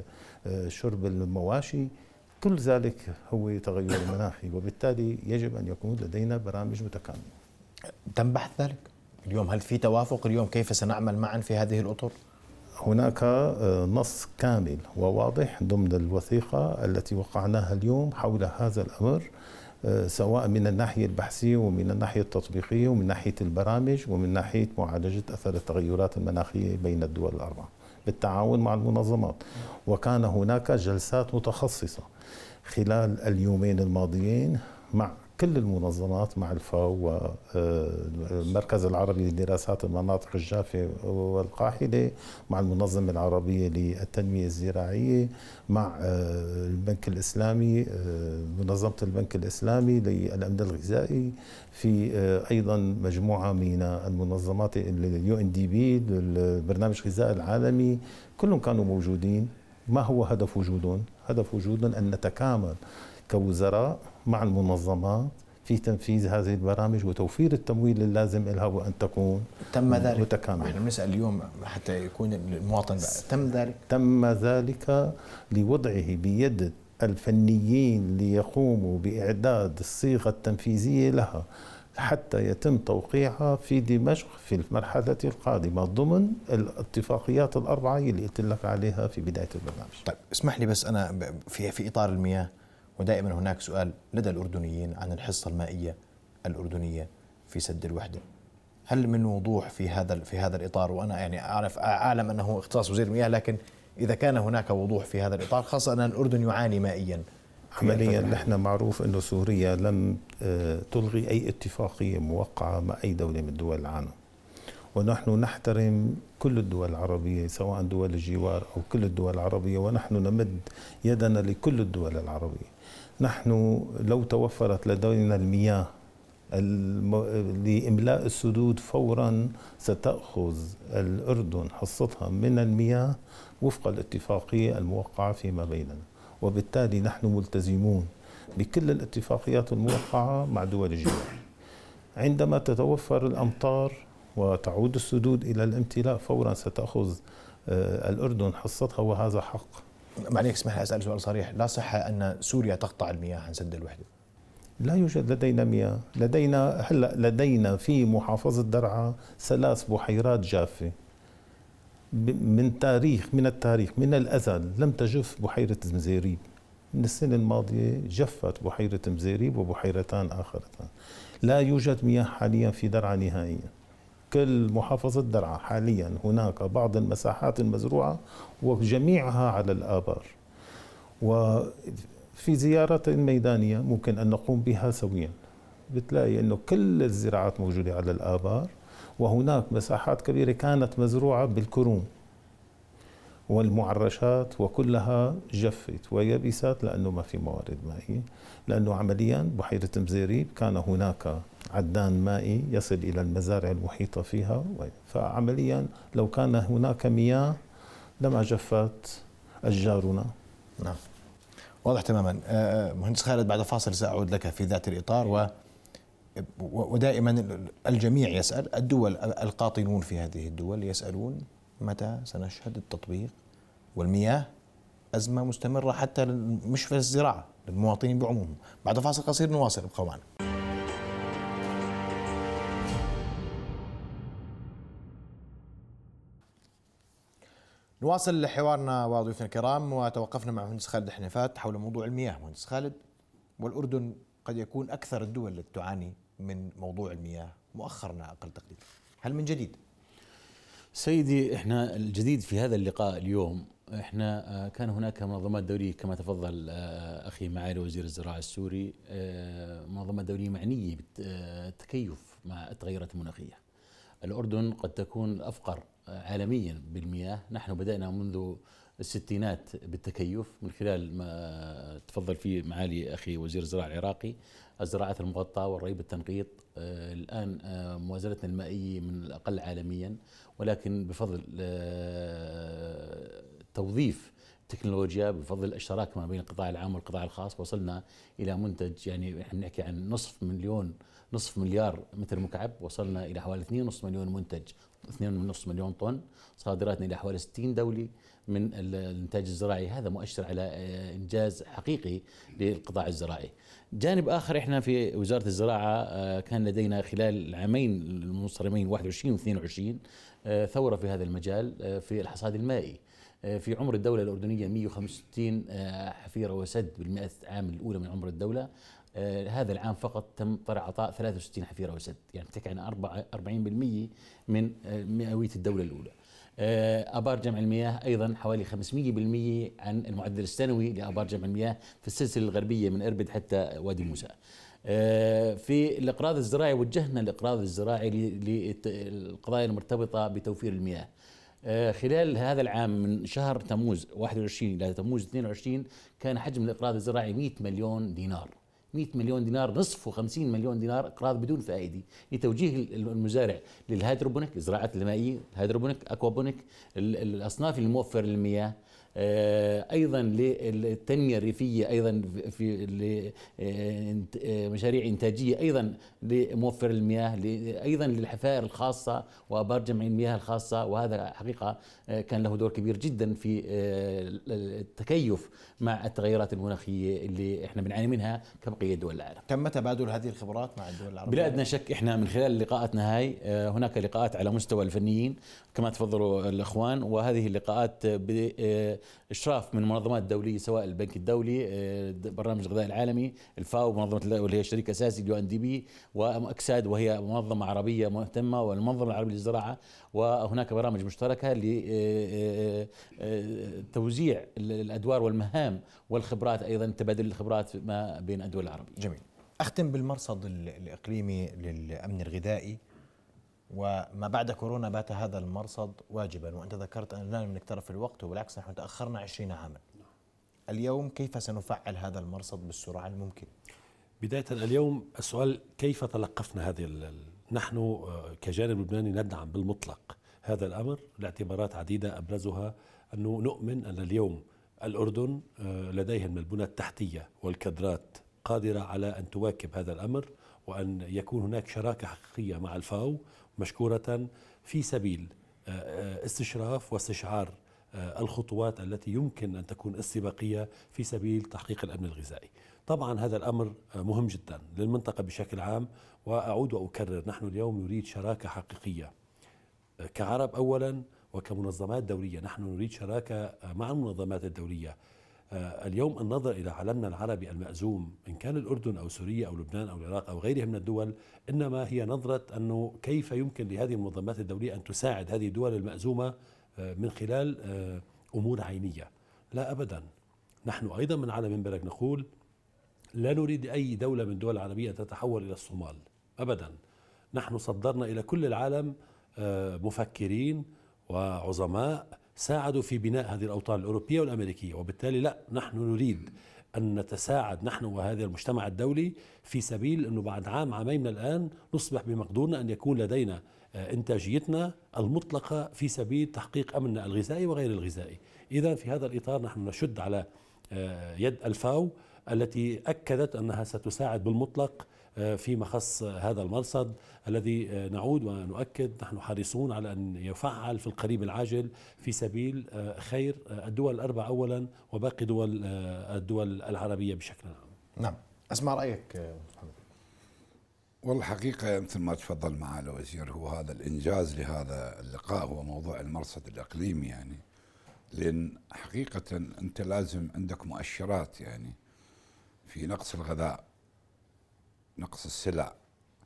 لشرب المواشي. كل ذلك هو تغير مناخي، وبالتالي يجب أن يكون لدينا برامج متكاملة. تم بحث ذلك اليوم؟ هل في توافق اليوم كيف سنعمل معا في هذه الأطر؟ هناك نص كامل وواضح ضمن الوثيقة التي وقعناها اليوم حول هذا الأمر، سواء من الناحية البحثية ومن الناحية التطبيقية ومن ناحية البرامج ومن ناحية معالجة أثر التغيرات المناخية بين الدول الأربعة بالتعاون مع المنظمات. وكان هناك جلسات متخصصة خلال اليومين الماضيين مع كل المنظمات، مع الفاو والمركز العربي لدراسات المناطق الجافة والقاحلة، مع المنظمة العربية للتنمية الزراعية، مع البنك الإسلامي، منظمة البنك الإسلامي للأمن الغذائي، في أيضا مجموعة من المنظمات UNDP، البرنامج الغذائي العالمي، كلهم كانوا موجودين. ما هو هدف وجودهم؟ هدف وجودهم أن نتكامل كوزراء مع المنظمات في تنفيذ هذه البرامج وتوفير التمويل اللازم لها وأن تكون تم ذلك متكاملة. احنا بنسأل اليوم حتى يكون المواطن تم ذلك؟ تم ذلك لوضعه بيد الفنيين ليقوموا بإعداد الصيغة التنفيذية لها حتى يتم توقيعها في دمشق في المرحلة القادمة ضمن الاتفاقيات الأربعة اللي قلت لك عليها في بداية البرنامج. طيب اسمح لي بس أنا في إطار المياه، ودائما هناك سؤال لدى الأردنيين عن الحصة المائية الأردنية في سد الوحدة. هل من وضوح في هذا الإطار؟ وأنا يعني أعلم أنه اختصاص وزير المياه، لكن إذا كان هناك وضوح في هذا الإطار، خاصة أن الأردن يعاني مائيا. عمليا نحن معروف أنه سوريا لم تلغي أي اتفاقية موقعة مع أي دولة من دول العالم، ونحن نحترم كل الدول العربية سواء دول الجوار أو كل الدول العربية، ونحن نمد يدنا لكل الدول العربية. نحن لو توفرت لدينا المياه لإملاء السدود فورا ستأخذ الأردن حصتها من المياه وفق الاتفاقية الموقعة فيما بيننا، وبالتالي نحن ملتزمون بكل الاتفاقيات الموقعة مع دول الجوار. عندما تتوفر الأمطار وتعود السدود إلى الامتلاء فورا ستأخذ الأردن حصتها، وهذا حق. معليك اسمح لي أسأل سؤال صريح، لا صحة أن سوريا تقطع المياه عن سد الوحدة؟ لا يوجد لدينا مياه. لدينا في محافظة درعا 3 بحيرات جافة من التاريخ من الأزل لم تجف بحيرة مزيريب. من السنة الماضية جفت بحيرة مزيريب وبحيرتان آخرتان. لا يوجد مياه حاليا في درعا نهائيا. كل محافظة درعا حاليا هناك بعض المساحات المزروعة وجميعها على الآبار، وفي زيارة ميدانية ممكن أن نقوم بها سويا بتلاقي أنه كل الزراعات موجودة على الآبار، وهناك مساحات كبيرة كانت مزروعة بالكروم والمعرشات وكلها جفت ويبست لأنه ما في موارد مائية، لأنه عمليا بحيرة مزيريب كان هناك عدان مائي يصل إلى المزارع المحيطة فيها، فعمليا لو كان هناك مياه لما جفت أشجارنا. نعم واضح تماما. مهندس خالد، بعد فاصل سأعود لك في ذات الإطار. ودائما الجميع يسأل، الدول القاطنون في هذه الدول يسألون متى سنشهد التطبيق، والمياه أزمة مستمرة حتى مش في الزراعة، للمواطنين بعموم. بعد فاصل قصير نواصل، ابقوا معنا. نواصل حوارنا وضيوفنا الكرام، وتوقفنا مع مهندس خالد حنيفات حول موضوع المياه. مهندس خالد، والأردن قد يكون أكثر الدول التي تعاني من موضوع المياه مؤخرا أقل تقدير، هل من جديد؟ سيدي، احنا الجديد في هذا اللقاء اليوم، احنا كان هناك منظمات دولية كما تفضل أخي معالي وزير الزراعة السوري، منظمات دولية معنية بالتكيف مع التغيرات المناخية. الأردن قد تكون الأفقر عالميا بالمياه. نحن بدأنا منذ الستينات بالتكيف من خلال ما تفضل فيه معالي أخي وزير الزراعة العراقي، الزراعات المغطاة والري بالتنقيط. الآن موازنتنا المائية من الأقل عالميا، ولكن بفضل توظيف تكنولوجيا، بفضل الاشتراك ما بين القطاع العام والقطاع الخاص، وصلنا إلى منتج، يعني احنا بنحكي عن نصف مليار متر مكعب، وصلنا إلى حوالي 2.5 مليون منتج، 2.5 مليون طن، صادراتنا إلى حوالي 60 دولة من الإنتاج الزراعي. هذا مؤشر على إنجاز حقيقي للقطاع الزراعي. جانب آخر، إحنا في وزارة الزراعة كان لدينا خلال العامين المنصرمين 21 و 22 ثورة في هذا المجال في الحصاد المائي. في عمر الدولة الأردنية 165 حفيرة وسد بالمئة عام الأولى من عمر الدولة. هذا العام فقط تم طرح عطاء 63 حفيرة وسد، يعني تحكي عن 40% من مئوية الدولة الأولى. آبار جمع المياه أيضا حوالي 500% عن المعدل السنوي لآبار جمع المياه في السلسلة الغربية من إربد حتى وادي موسى. في الإقراض الزراعي وجهنا الإقراض الزراعي للقضايا المرتبطة بتوفير المياه. خلال هذا العام من شهر تموز 21 إلى تموز 22 كان حجم الإقراض الزراعي 100 مليون دينار. 100 مليون دينار، نصفه 50 مليون دينار إقراض بدون فائدة لتوجيه المزارع للهيدروبونيك، الزراعات المائية، الهيدروبونيك، أكوابونيك، الأصناف الموفرة للمياه، أيضا للتنمية الريفية، أيضا في مشاريع إنتاجية، أيضا لموفر المياه، أيضا للحفائر الخاصة وآبار جمع المياه الخاصة. وهذا حقيقة كان له دور كبير جدا في التكيف مع التغيرات المناخية اللي احنا بنعاني منها كبقية دول العالم. تم تبادل هذه الخبرات مع الدول العربية؟ بلا أدنى شك. احنا من خلال لقاءاتنا هاي هناك لقاءات على مستوى الفنيين كما تفضلوا الأخوان، وهذه اللقاءات بإشراف من منظمات دولية سواء البنك الدولي، برنامج الغذاء العالمي، الفاو، منظمة واللي هي شريك أساسي UNDP، وأكساد وهي منظمة عربية مهتمة، والمنظمة العربية للزراعة. وهناك برامج مشتركة لتوزيع الأدوار والمهام والخبرات، أيضا تبادل الخبرات ما بين الدول العربية. جميل. أختم بالمرصد الإقليمي للأمن الغذائي، وما بعد كورونا بات هذا المرصد واجبا، وأنت ذكرت أن لا نقترب في الوقت، وبالعكس نحن تأخرنا 20 عاما. اليوم كيف سنفعل هذا المرصد بالسرعة الممكن؟ بداية اليوم السؤال كيف تلقفنا هذه نحن كجانب لبناني ندعم بالمطلق هذا الأمر لاعتبارات عديدة، أبرزها أنه نؤمن أن اليوم الأردن لديهم البنى التحتية والكادرات قادرة على أن تواكب هذا الأمر، وأن يكون هناك شراكة حقيقية مع الفاو مشكورة في سبيل استشراف واستشعار الخطوات التي يمكن أن تكون استباقية في سبيل تحقيق الأمن الغذائي. طبعا هذا الأمر مهم جدا للمنطقة بشكل عام، وأعود وأكرر نحن اليوم نريد شراكة حقيقية كعرب أولا وكمنظمات دولية. نحن نريد شراكة مع المنظمات الدولية. اليوم النظر إلى عالمنا العربي المأزوم إن كان الأردن أو سوريا أو لبنان أو العراق أو غيرها من الدول، إنما هي نظرة أنه كيف يمكن لهذه المنظمات الدولية أن تساعد هذه الدول المأزومة من خلال أمور عينية. لا أبدا. نحن أيضا من على منبرك نقول لا نريد أي دولة من الدول العربية أن تتحول إلى الصومال أبدا. نحن صدرنا إلى كل العالم مفكرين وعظماء ساعدوا في بناء هذه الأوطان الأوروبية والأمريكية، وبالتالي لا، نحن نريد أن نتساعد نحن وهذا المجتمع الدولي في سبيل أنه بعد عامين من الآن نصبح بمقدورنا أن يكون لدينا إنتاجيتنا المطلقة في سبيل تحقيق أمننا الغذائي وغير الغذائي. إذن في هذا الإطار نحن نشد على يد الفاو التي أكدت أنها ستساعد بالمطلق فيما خص هذا المرصد الذي نعود ونؤكد نحن حريصون على أن يفعل في القريب العاجل في سبيل خير الدول الأربع أولا وباقي الدول العربية بشكل عام. نعم، أسمع رأيك محمد. والله حقيقة مثل ما تفضل معالي الوزير، هو هذا الإنجاز لهذا اللقاء هو موضوع المرصد الإقليمي، يعني لأن حقيقة أنت لازم عندك مؤشرات يعني في نقص الغذاء، نقص السلع.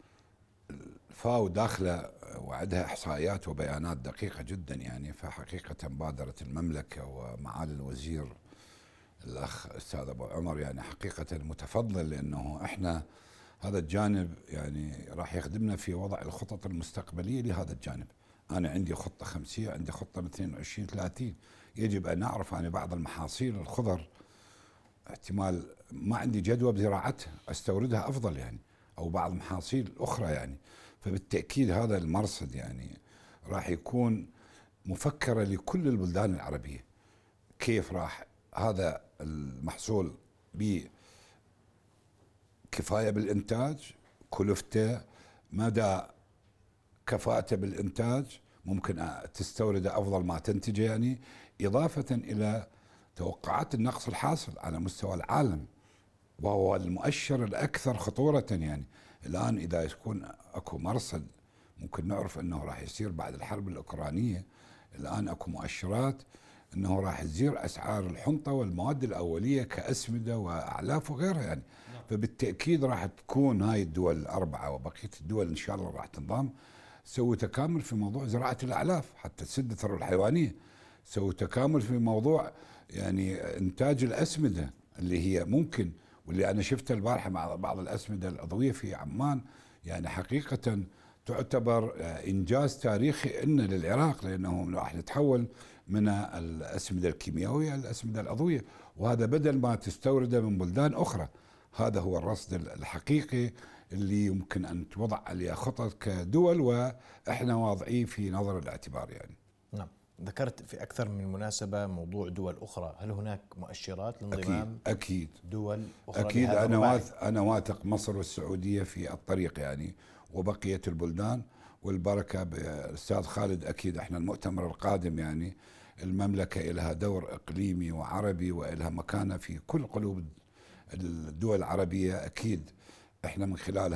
الفاو داخله وعندها إحصائيات وبيانات دقيقة جدا يعني. فحقيقة بادرت المملكة ومعالي الوزير الأخ أستاذ أبو عمر يعني حقيقة متفضل، لأنه إحنا هذا الجانب يعني راح يخدمنا في وضع الخطط المستقبلية لهذا الجانب. أنا عندي خطة 5، عندي خطة 22-30. يجب أن نعرف أن بعض المحاصيل الخضر احتمال ما عندي جدوى بزراعتها، استوردها افضل يعني، او بعض المحاصيل الاخرى يعني. فبالتاكيد هذا المرصد يعني راح يكون مفكره لكل البلدان العربيه، كيف راح هذا المحصول بكفايه بالانتاج، كلفته، مدى كفاءته بالانتاج، ممكن تستورده افضل ما تنتجه يعني، اضافه الى توقعات النقص الحاصل على مستوى العالم، وهو المؤشر الأكثر خطورة يعني. الآن إذا يكون أكو مرصد ممكن نعرف أنه راح يصير بعد الحرب الأوكرانية، الآن أكو مؤشرات أنه راح تزير أسعار الحنطة والمواد الأولية كأسمدة وأعلاف وغيرها يعني. فبالتأكيد راح تكون هاي الدول الأربعة وبقية الدول إن شاء الله راح تنضم، سووا تكامل في موضوع زراعة الأعلاف حتى تسد الثروة الحيوانية، سووا تكامل في موضوع يعني إنتاج الأسمدة اللي هي ممكن، واللي أنا شفتها البارحة مع بعض الأسمدة العضوية في عمان يعني حقيقة تعتبر إنجاز تاريخي إن للعراق، لأنه راح نتحول من الأسمدة الكيميائية للأسمدة العضوية، وهذا بدل ما تستورده من بلدان أخرى. هذا هو الرصد الحقيقي اللي يمكن أن توضع عليه خطط كدول، وإحنا واضعين في نظر الاعتبار يعني. نعم. ذكرت في أكثر من مناسبة موضوع دول أخرى، هل هناك مؤشرات لانضمام أكيد دول أخرى؟ أكيد أنا واثق مصر والسعودية في الطريق يعني، وبقية البلدان، والبركة بالأستاذ خالد. أكيد إحنا المؤتمر القادم يعني المملكة لها دور إقليمي وعربي وإلها مكانة في كل قلوب الدول العربية. أكيد إحنا من خلال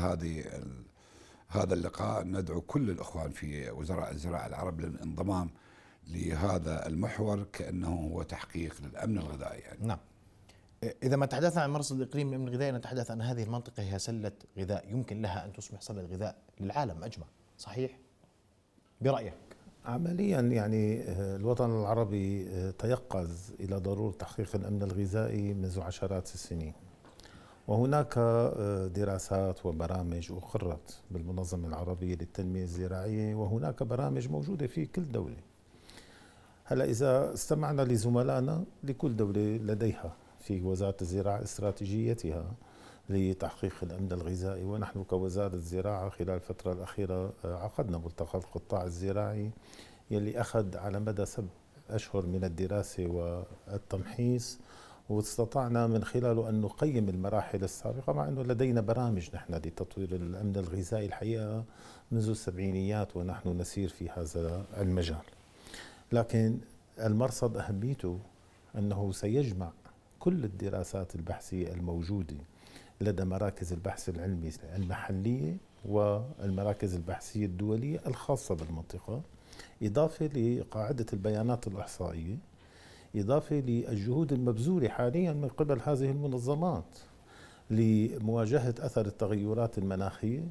هذا اللقاء ندعو كل الإخوان في وزراء الزراعة العرب للانضمام لهذا المحور كأنه هو تحقيق للأمن الغذائي يعني. نعم. إذا ما تحدثنا عن مرصد الإقليمي للأمن الغذائي نتحدث عن هذه المنطقة هي سلة غذاء يمكن لها أن تصبح سلة غذاء للعالم أجمع، صحيح؟ برأيك؟ عمليا يعني الوطن العربي تيقظ إلى ضرورة تحقيق الأمن الغذائي منذ عشرات السنين، وهناك دراسات وبرامج أقرت بالمنظمة العربية للتنمية الزراعية، وهناك برامج موجودة في كل دولة. هلا إذا استمعنا لزملائنا، لكل دولة لديها في وزارة الزراعة استراتيجيتها لتحقيق الأمن الغذائي، ونحن كوزارة الزراعة خلال الفترة الأخيرة عقدنا ملتقى القطاع الزراعي يلي أخذ على مدى 7 أشهر من الدراسة والتمحيص، واستطعنا من خلاله أن نقيم المراحل السابقة، مع أنه لدينا برامج نحن لتطوير الأمن الغذائي الحقيقة منذ السبعينيات ونحن نسير في هذا المجال. لكن المرصد أهميته أنه سيجمع كل الدراسات البحثية الموجودة لدى مراكز البحث العلمي المحلية والمراكز البحثية الدولية الخاصة بالمنطقة، إضافة لقاعدة البيانات الإحصائية، إضافة للجهود المبذولة حاليا من قبل هذه المنظمات لمواجهة أثر التغيرات المناخية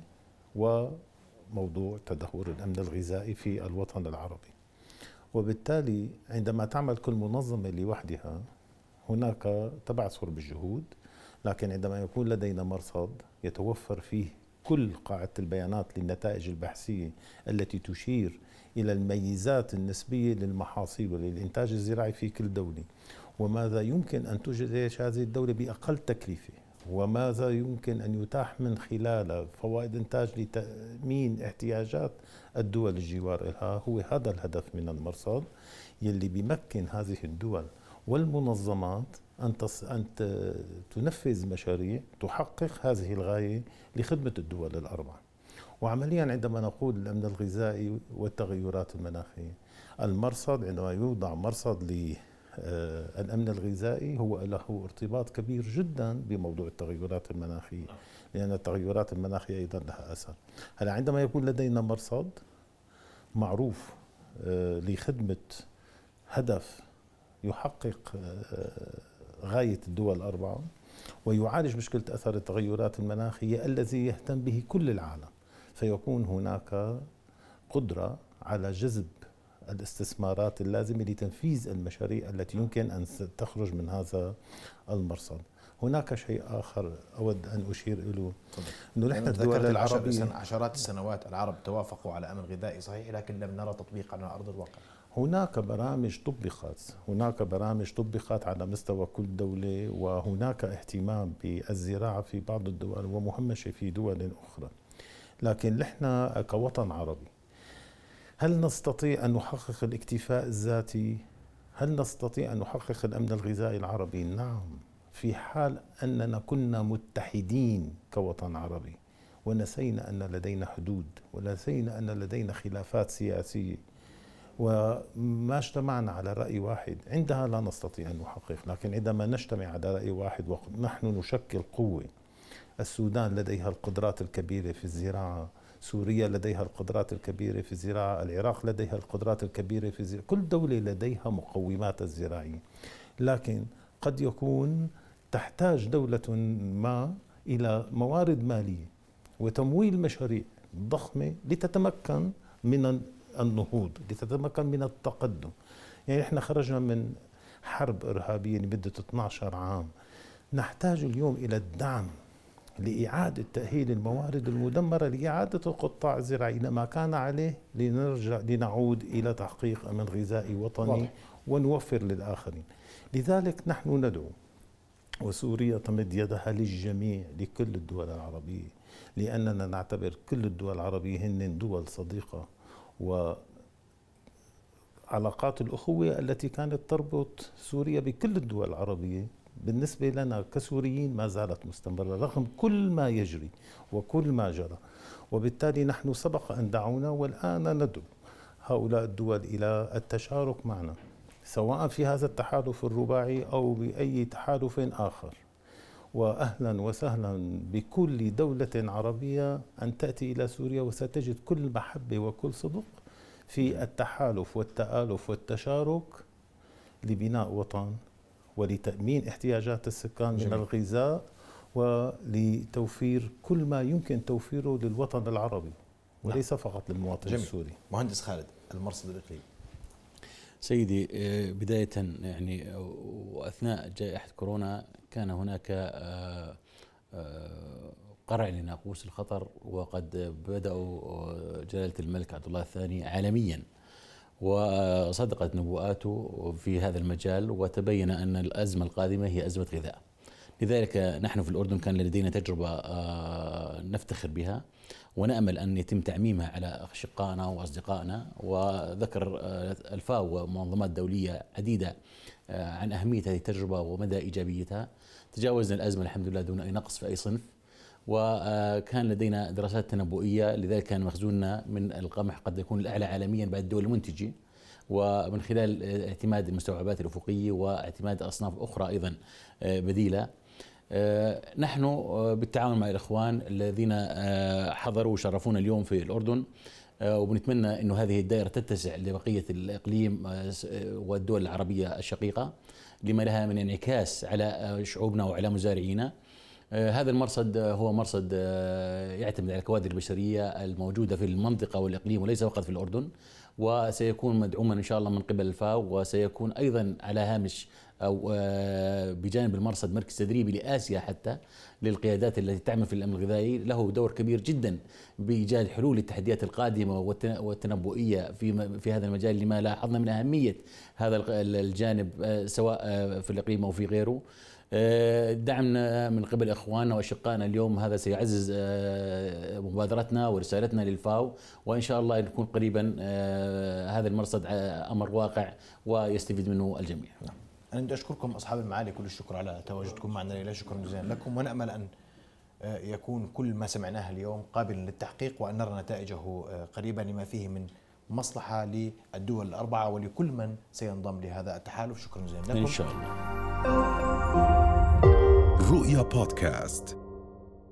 وموضوع تدهور الأمن الغذائي في الوطن العربي. وبالتالي عندما تعمل كل منظمة لوحدها هناك تبعثر بالجهود، لكن عندما يكون لدينا مرصد يتوفر فيه كل قاعدة البيانات للنتائج البحثية التي تشير إلى الميزات النسبية للمحاصيل وللإنتاج الزراعي في كل دولة، وماذا يمكن أن تنتج هذه الدولة بأقل تكلفة، وماذا يمكن أن يتاح من خلال فوائد إنتاج لتأمين احتياجات الدول الجوار لها. هو هذا الهدف من المرصد يلي بيمكن هذه الدول والمنظمات أن تنفذ مشاريع تحقق هذه الغاية لخدمة الدول الأربع. وعمليا عندما نقول الأمن الغذائي والتغيرات المناخية، المرصد عندما يوضع مرصد للأمن الغذائي هو له ارتباط كبير جدا بموضوع التغيرات المناخية، لأن التغيرات المناخية أيضا لها أثر. هلا عندما يكون لدينا مرصد معروف لخدمة هدف يحقق غاية الدول الأربعة ويعالج مشكلة أثر التغيرات المناخية الذي يهتم به كل العالم، فيكون هناك قدرة على جذب الاستثمارات اللازمة لتنفيذ المشاريع التي يمكن أن تخرج من هذا المرصد. هناك شيء آخر أود أن أشير إليه، أنه نحن الدول العربية عشرات السنوات العرب توافقوا على أمن غذائي صحيح، لكن لم نرى تطبيق على أرض الواقع. هناك برامج طبقت على مستوى كل دولة، وهناك اهتمام بالزراعة في بعض الدول ومهمشة في دول أخرى. لكن نحن كوطن عربي هل نستطيع أن نحقق الاكتفاء الذاتي؟ هل نستطيع أن نحقق الأمن الغذائي العربي؟ نعم، في حال أننا كنا متحدين كوطن عربي ونسينا أن لدينا حدود ونسينا أن لدينا خلافات سياسية وما اجتمعنا على رأي واحد، عندها لا نستطيع أن نحقق. لكن عندما نجتمع على رأي واحد ونحن نشكل قوة، السودان لديها القدرات الكبيرة في الزراعة، سوريا لديها القدرات الكبيرة في الزراعة، العراق لديها القدرات الكبيرة في الزراعة، كل دولة لديها مقومات الزراعية، لكن قد يكون تحتاج دولة ما إلى موارد مالية وتمويل مشاريع ضخمة لتتمكن من النهوض، لتتمكن من التقدم. يعني احنا خرجنا من حرب إرهابية لمدة 12 عام، نحتاج اليوم إلى الدعم لإعادة تأهيل الموارد المدمرة، لإعادة القطاع الزراعي إلى ما كان عليه، لنعود إلى تحقيق أمن غذائي وطني ونوفر للآخرين. لذلك نحن ندعو، وسوريا تمد يدها للجميع، لكل الدول العربية، لأننا نعتبر كل الدول العربية هن دول صديقة وعلى علاقات الأخوة التي كانت تربط سوريا بكل الدول العربية بالنسبة لنا كسوريين ما زالت مستمرة رغم كل ما يجري وكل ما جرى، وبالتالي نحن سبق أن دعونا والآن ندعو هؤلاء الدول إلى التشارك معنا سواء في هذا التحالف الرباعي أو بأي تحالف آخر. وأهلا وسهلا بكل دولة عربية أن تأتي إلى سوريا، وستجد كل محبة وكل صدق في التحالف والتآلف والتشارك لبناء وطن ولتأمين احتياجات السكان من الغذاء ولتوفير كل ما يمكن توفيره للوطن العربي وليس فقط للمواطن السوري. مهندس خالد، المرصد الإقليمي. سيدي، بداية يعني وأثناء جائحة كورونا كان هناك قرع لناقوس الخطر، وقد بدأوا جلالة الملك عبد الله الثاني عالميا وصدقت نبوءاته في هذا المجال، وتبين أن الأزمة القادمة هي أزمة غذاء. لذلك نحن في الأردن كان لدينا تجربة نفتخر بها ونأمل أن يتم تعميمها على أشقائنا وأصدقائنا. وذكر الفاو ومنظمات دولية عديدة عن أهمية هذه التجربة ومدى إيجابيتها. تجاوزنا الأزمة الحمد لله دون أي نقص في أي صنف، وكان لدينا دراسات تنبؤية، لذلك كان مخزوننا من القمح قد يكون الأعلى عالميا بعد الدول المنتجة، ومن خلال اعتماد المستوعبات الأفقية واعتماد أصناف أخرى أيضا بديلة. نحن بالتعاون مع الإخوان الذين حضروا وشرفونا اليوم في الأردن، وبنتمنى أنه هذه الدائرة تتسع لبقية الإقليم والدول العربية الشقيقة لما لها من انعكاس على شعوبنا وعلى مزارعينا. هذا المرصد هو مرصد يعتمد على الكوادر البشرية الموجودة في المنطقة والإقليم وليس فقط في الأردن، وسيكون مدعوما إن شاء الله من قبل الفاو، وسيكون أيضا على هامش أو بجانب المرصد مركز تدريبي لآسيا حتى للقيادات التي تعمل في الأمن الغذائي، له دور كبير جدا بإيجاد حلول للتحديات القادمة والتنبؤية في هذا المجال، لما لاحظنا من أهمية هذا الجانب سواء في الإقليم أو في غيره. دعمنا من قبل إخواننا وأشقائنا اليوم هذا سيعزز مبادرتنا ورسالتنا للفاو، وإن شاء الله يكون قريبا هذا المرصد أمر واقع ويستفيد منه الجميع. أنا بدي أشكركم أصحاب المعالي كل الشكر على تواجدكم معنا الليلة، شكرا جزيلا لكم، ونأمل أن يكون كل ما سمعناه اليوم قابلا للتحقيق وأن نرى نتائجه قريبا لما فيه من مصلحة للدول الأربعة ولكل من سينضم لهذا التحالف. شكرا جزيلا لكم إن شاء الله. رؤيا بودكاست.